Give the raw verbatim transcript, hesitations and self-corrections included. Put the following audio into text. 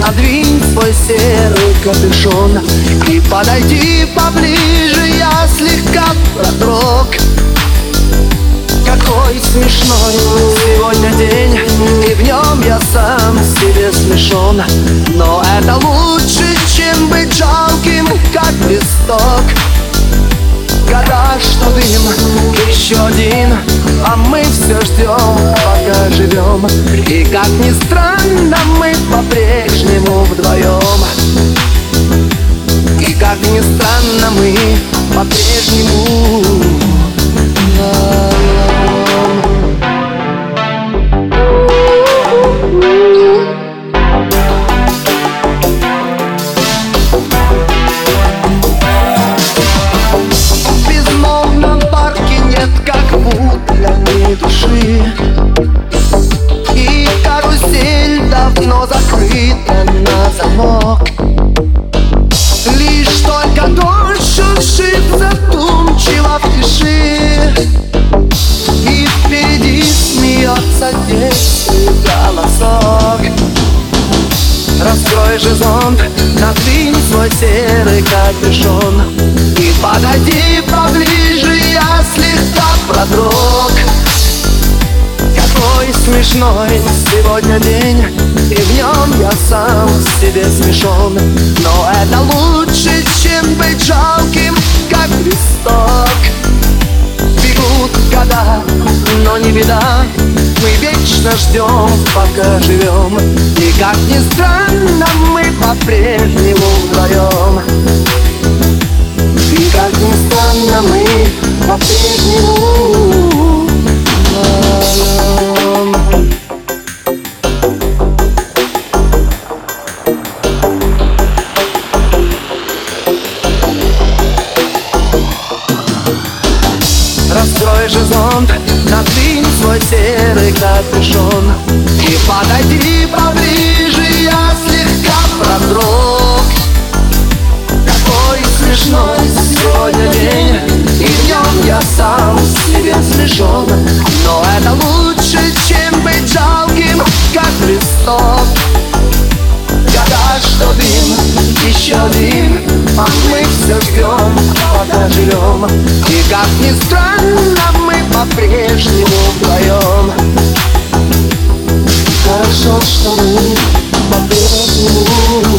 Надвинь свой серый капюшон и подойди поближе, я слегка продрог. Какой смешной сегодня день, и в нем я сам себе смешон. Но это лучше, чем быть жалким, как листок. Года, что дым, еще один, а мы все ждем, пока живем. И как ни странно, мы по-прежнему вдвоем. И как ни странно, мы по-прежнему вдвоем. Души. И карусель давно закрыта на замок. Лишь только дождь шуршит задумчиво в тиши. И впереди смеется детский голосок. Раскрой же зонт, надвинь свой серый капюшон и подойди поближе, я слегка продрог. Какой смешной сегодня день, и в нем я сам себе смешон. Но это лучше, чем быть жалким, как листок. Бегут года, но не беда, мы вечно ждем, пока живем. И как ни странно, мы по-прежнему вдвоем. И как ни странно, мы по-прежнему вдвоем. Раскрой же зонт, надвинь свой серый капюшон и подойди поближе, я слегка продрог. Какой смешной сегодня день, и в нем я сам себе смешон. Но это лучше, чем быть жалким, как листок. Года, что дым, еще дым, а мы все ждем, пока живем. И как ни странно, мы по-прежнему вдвоем. Хорошо, что мы по-прежнему